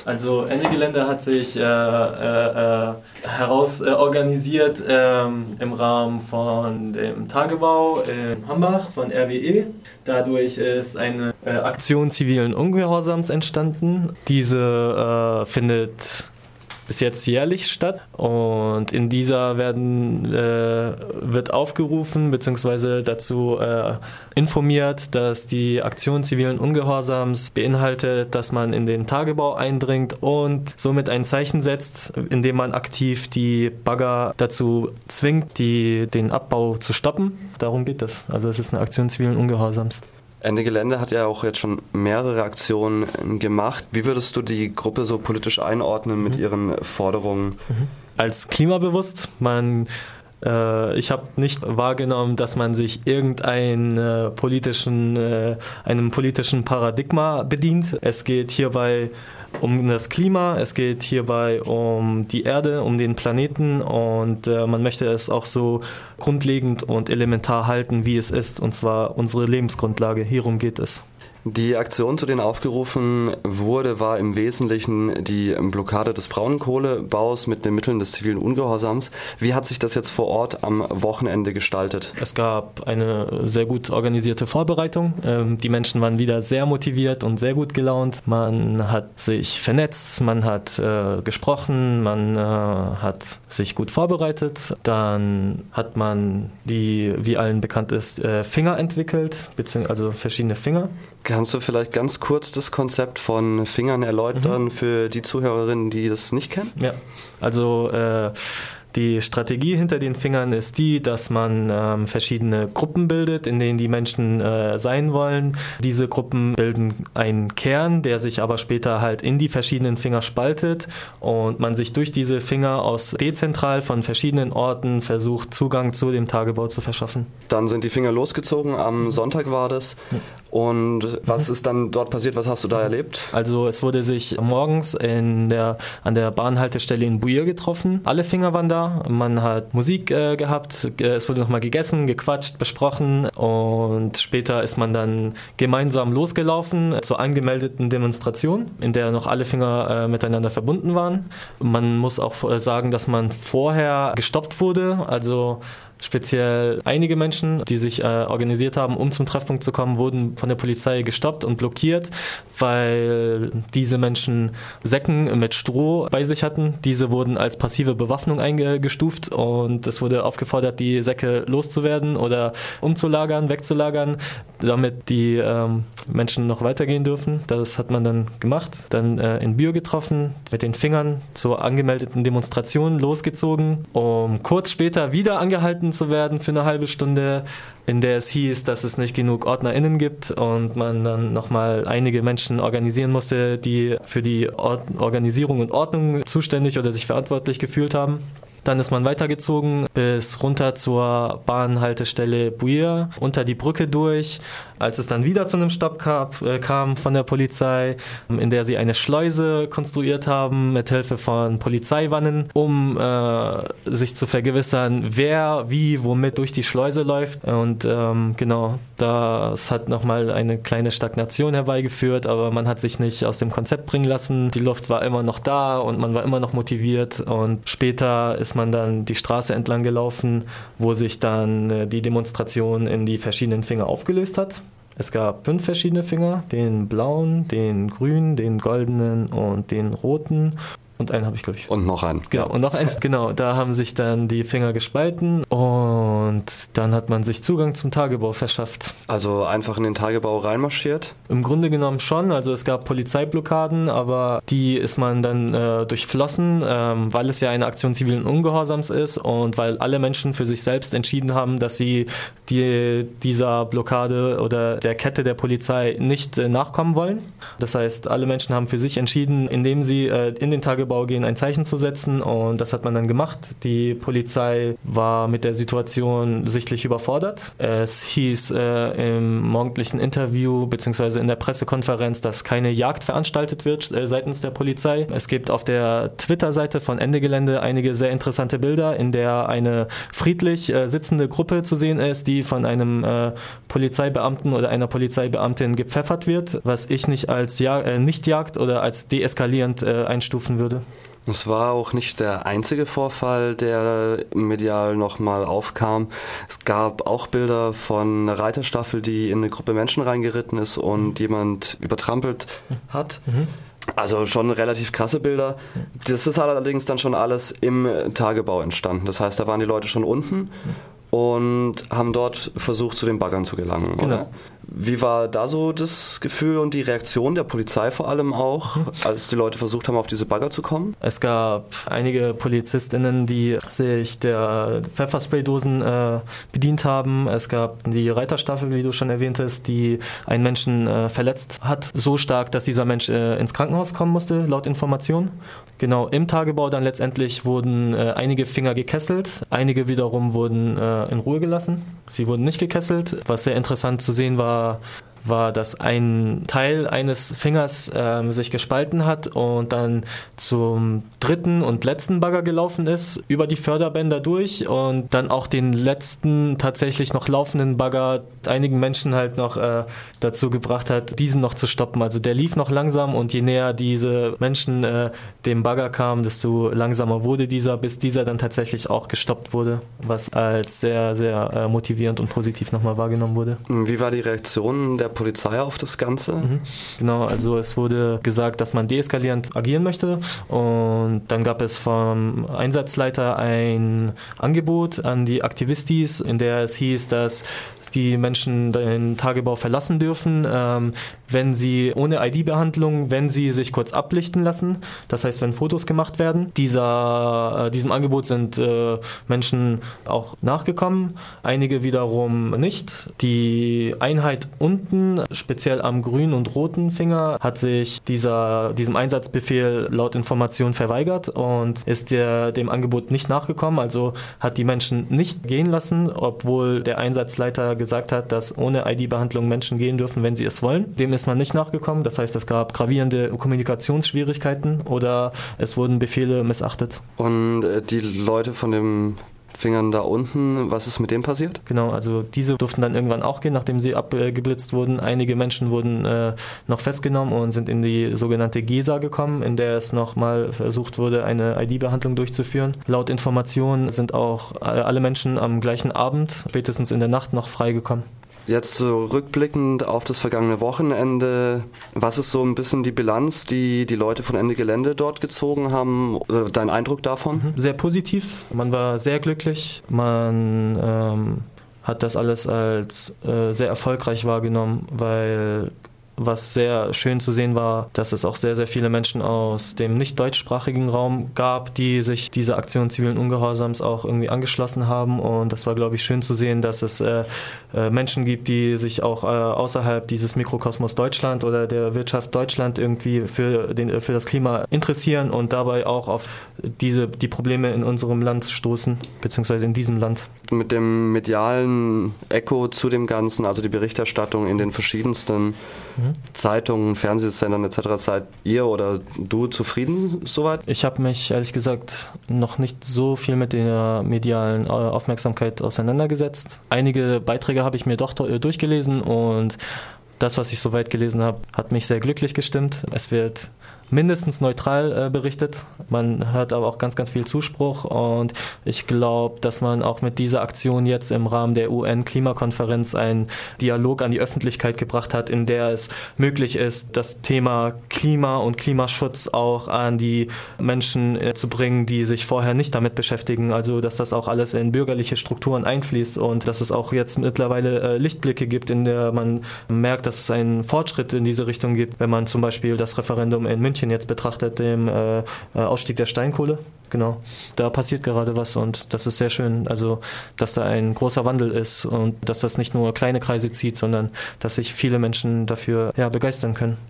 Also Ende Gelände hat sich organisiert im Rahmen von dem Tagebau in Hambach von RWE. Dadurch ist eine Aktion zivilen Ungehorsams entstanden. Diese findet bis jetzt jährlich statt und in dieser wird aufgerufen bzw. dazu informiert, dass die Aktion zivilen Ungehorsams beinhaltet, dass man in den Tagebau eindringt und somit ein Zeichen setzt, indem man aktiv die Bagger dazu zwingt, den Abbau zu stoppen. Darum geht es. Also es ist eine Aktion zivilen Ungehorsams. Ende Gelände hat ja auch jetzt schon mehrere Aktionen gemacht. Wie würdest du die Gruppe so politisch einordnen mit ihren Forderungen? Als klimabewusst. Ich habe nicht wahrgenommen, dass man sich einem politischen Paradigma bedient. Es geht hierbei um das Klima, es geht hierbei um die Erde, um den Planeten und man möchte es auch so grundlegend und elementar halten, wie es ist, und zwar unsere Lebensgrundlage. Hierum geht es. Die Aktion, zu denen aufgerufen wurde, war im Wesentlichen die Blockade des Braunkohlebaus mit den Mitteln des zivilen Ungehorsams. Wie hat sich das jetzt vor Ort am Wochenende gestaltet? Es gab eine sehr gut organisierte Vorbereitung. Die Menschen waren wieder sehr motiviert und sehr gut gelaunt. Man hat sich vernetzt, man hat gesprochen, man hat sich gut vorbereitet. Dann hat man die, wie allen bekannt ist, Finger entwickelt, also verschiedene Finger. Kannst du vielleicht ganz kurz das Konzept von Fingern erläutern für die Zuhörerinnen, die das nicht kennen? Ja, also die Strategie hinter den Fingern ist die, dass man verschiedene Gruppen bildet, in denen die Menschen sein wollen. Diese Gruppen bilden einen Kern, der sich aber später halt in die verschiedenen Finger spaltet und man sich durch diese Finger aus dezentral von verschiedenen Orten versucht, Zugang zu dem Tagebau zu verschaffen. Dann sind die Finger losgezogen, am Sonntag war das. Und was ist dann dort passiert? Was hast du da erlebt? Also es wurde sich morgens an der Bahnhaltestelle in Bouillé getroffen. Alle Finger waren da. Man hat Musik gehabt. Es wurde nochmal gegessen, gequatscht, besprochen. Und später ist man dann gemeinsam losgelaufen zur angemeldeten Demonstration, in der noch alle Finger miteinander verbunden waren. Man muss auch sagen, dass man vorher gestoppt wurde. Also speziell einige Menschen, die sich organisiert haben, um zum Treffpunkt zu kommen, wurden von der Polizei gestoppt und blockiert, weil diese Menschen Säcken mit Stroh bei sich hatten. Diese wurden als passive Bewaffnung eingestuft und es wurde aufgefordert, die Säcke loszuwerden oder umzulagern, wegzulagern, damit die Menschen noch weitergehen dürfen. Das hat man dann gemacht. Dann in Bio getroffen, mit den Fingern zur angemeldeten Demonstration losgezogen, um kurz später wieder angehalten zu werden für eine halbe Stunde, in der es hieß, dass es nicht genug OrdnerInnen gibt und man dann nochmal einige Menschen organisieren musste, die für die Organisierung und Ordnung zuständig oder sich verantwortlich gefühlt haben. Dann ist man weitergezogen bis runter zur Bahnhaltestelle Bouillé, unter die Brücke durch. Als es dann wieder zu einem Stopp kam von der Polizei, in der sie eine Schleuse konstruiert haben mit Hilfe von Polizeiwannen, um sich zu vergewissern, wer wie womit durch die Schleuse läuft. Und genau, das hat nochmal eine kleine Stagnation herbeigeführt, aber man hat sich nicht aus dem Konzept bringen lassen. Die Luft war immer noch da und man war immer noch motiviert. Und später ist man dann die Straße entlang gelaufen, wo sich dann die Demonstration in die verschiedenen Finger aufgelöst hat. Es gab 5 verschiedene Finger, den blauen, den grünen, den goldenen und den roten. Und einen habe ich, glaube ich. Und noch einen. Genau, und noch einen. Genau, da haben sich dann die Finger gespalten und dann hat man sich Zugang zum Tagebau verschafft. Also einfach in den Tagebau reinmarschiert? Im Grunde genommen schon. Also es gab Polizeiblockaden, aber die ist man dann durchflossen, weil es ja eine Aktion zivilen Ungehorsams ist und weil alle Menschen für sich selbst entschieden haben, dass sie dieser Blockade oder der Kette der Polizei nicht nachkommen wollen. Das heißt, alle Menschen haben für sich entschieden, indem sie in den Tagebau Tagebau gehen, ein Zeichen zu setzen, und das hat man dann gemacht. Die Polizei war mit der Situation sichtlich überfordert. Es hieß im morgendlichen Interview bzw. in der Pressekonferenz, dass keine Jagd veranstaltet wird seitens der Polizei. Es gibt auf der Twitter-Seite von Ende Gelände einige sehr interessante Bilder, in der eine friedlich sitzende Gruppe zu sehen ist, die von einem Polizeibeamten oder einer Polizeibeamtin gepfeffert wird, was ich nicht als Nichtjagd oder als deeskalierend einstufen würde. Es war auch nicht der einzige Vorfall, der medial nochmal aufkam. Es gab auch Bilder von einer Reiterstaffel, die in eine Gruppe Menschen reingeritten ist und jemand übertrampelt hat. Also schon relativ krasse Bilder. Das ist allerdings dann schon alles im Tagebau entstanden. Das heißt, da waren die Leute schon unten und haben dort versucht, zu den Baggern zu gelangen. Genau. Oder? Wie war da so das Gefühl und die Reaktion der Polizei vor allem auch, als die Leute versucht haben, auf diese Bagger zu kommen? Es gab einige PolizistInnen, die sich der Pfefferspraydosen bedient haben. Es gab die Reiterstaffel, wie du schon erwähntest, die einen Menschen verletzt hat. So stark, dass dieser Mensch ins Krankenhaus kommen musste, laut Information. Genau, im Tagebau dann letztendlich wurden einige Finger gekesselt, einige wiederum wurden in Ruhe gelassen. Sie wurden nicht gekesselt. Was sehr interessant zu sehen war, dass ein Teil eines Fingers sich gespalten hat und dann zum dritten und letzten Bagger gelaufen ist, über die Förderbänder durch, und dann auch den letzten tatsächlich noch laufenden Bagger einigen Menschen halt noch dazu gebracht hat, diesen noch zu stoppen. Also der lief noch langsam, und je näher diese Menschen dem Bagger kamen, desto langsamer wurde dieser, bis dieser dann tatsächlich auch gestoppt wurde, was als sehr, sehr motivierend und positiv nochmal wahrgenommen wurde. Wie war die Reaktion der Polizei auf das Ganze? Genau, also es wurde gesagt, dass man deeskalierend agieren möchte, und dann gab es vom Einsatzleiter ein Angebot an die Aktivistis, in der es hieß, dass die Menschen den Tagebau verlassen dürfen, wenn sie ohne ID-Behandlung, wenn sie sich kurz ablichten lassen, das heißt, wenn Fotos gemacht werden. Diesem Angebot sind Menschen auch nachgekommen, einige wiederum nicht. Die Einheit unten, speziell am grünen und roten Finger, hat sich diesem Einsatzbefehl laut Information verweigert und ist dem Angebot nicht nachgekommen, also hat die Menschen nicht gehen lassen, obwohl der Einsatzleiter gesagt hat, dass ohne ID-Behandlung Menschen gehen dürfen, wenn sie es wollen. Dem ist man nicht nachgekommen, das heißt, es gab gravierende Kommunikationsschwierigkeiten oder es wurden Befehle missachtet. Und die Leute von den Fingern da unten, was ist mit dem passiert? Genau, also diese durften dann irgendwann auch gehen, nachdem sie abgeblitzt wurden. Einige Menschen wurden noch festgenommen und sind in die sogenannte Gesa gekommen, in der es nochmal versucht wurde, eine ID-Behandlung durchzuführen. Laut Informationen sind auch alle Menschen am gleichen Abend, spätestens in der Nacht, noch freigekommen. Jetzt so rückblickend auf das vergangene Wochenende, was ist so ein bisschen die Bilanz, die die Leute von Ende Gelände dort gezogen haben, oder dein Eindruck davon? Sehr positiv, man war sehr glücklich, man hat das alles als sehr erfolgreich wahrgenommen, weil was sehr schön zu sehen war, dass es auch sehr, sehr viele Menschen aus dem nicht deutschsprachigen Raum gab, die sich dieser Aktion zivilen Ungehorsams auch irgendwie angeschlossen haben, und das war, glaube ich, schön zu sehen, dass es Menschen gibt, die sich auch außerhalb dieses Mikrokosmos Deutschland oder der Wirtschaft Deutschland irgendwie für das Klima interessieren und dabei auch auf die Probleme in unserem Land stoßen, beziehungsweise in diesem Land. Mit dem medialen Echo zu dem Ganzen, also die Berichterstattung in den verschiedensten Zeitungen, Fernsehsendern etc., seid ihr oder du zufrieden soweit? Ich habe mich ehrlich gesagt noch nicht so viel mit der medialen Aufmerksamkeit auseinandergesetzt. Einige Beiträge habe ich mir doch durchgelesen, und das, was ich soweit gelesen habe, hat mich sehr glücklich gestimmt. Es wird mindestens neutral berichtet. Man hört aber auch ganz, ganz viel Zuspruch, und ich glaube, dass man auch mit dieser Aktion jetzt im Rahmen der UN-Klimakonferenz einen Dialog an die Öffentlichkeit gebracht hat, in der es möglich ist, das Thema Klima und Klimaschutz auch an die Menschen zu bringen, die sich vorher nicht damit beschäftigen. Also, dass das auch alles in bürgerliche Strukturen einfließt und dass es auch jetzt mittlerweile Lichtblicke gibt, in der man merkt, dass es einen Fortschritt in diese Richtung gibt, wenn man zum Beispiel das Referendum in München jetzt betrachtet, dem Ausstieg der Steinkohle. Genau, da passiert gerade was, und das ist sehr schön, also dass da ein großer Wandel ist und dass das nicht nur kleine Kreise zieht, sondern dass sich viele Menschen dafür begeistern können.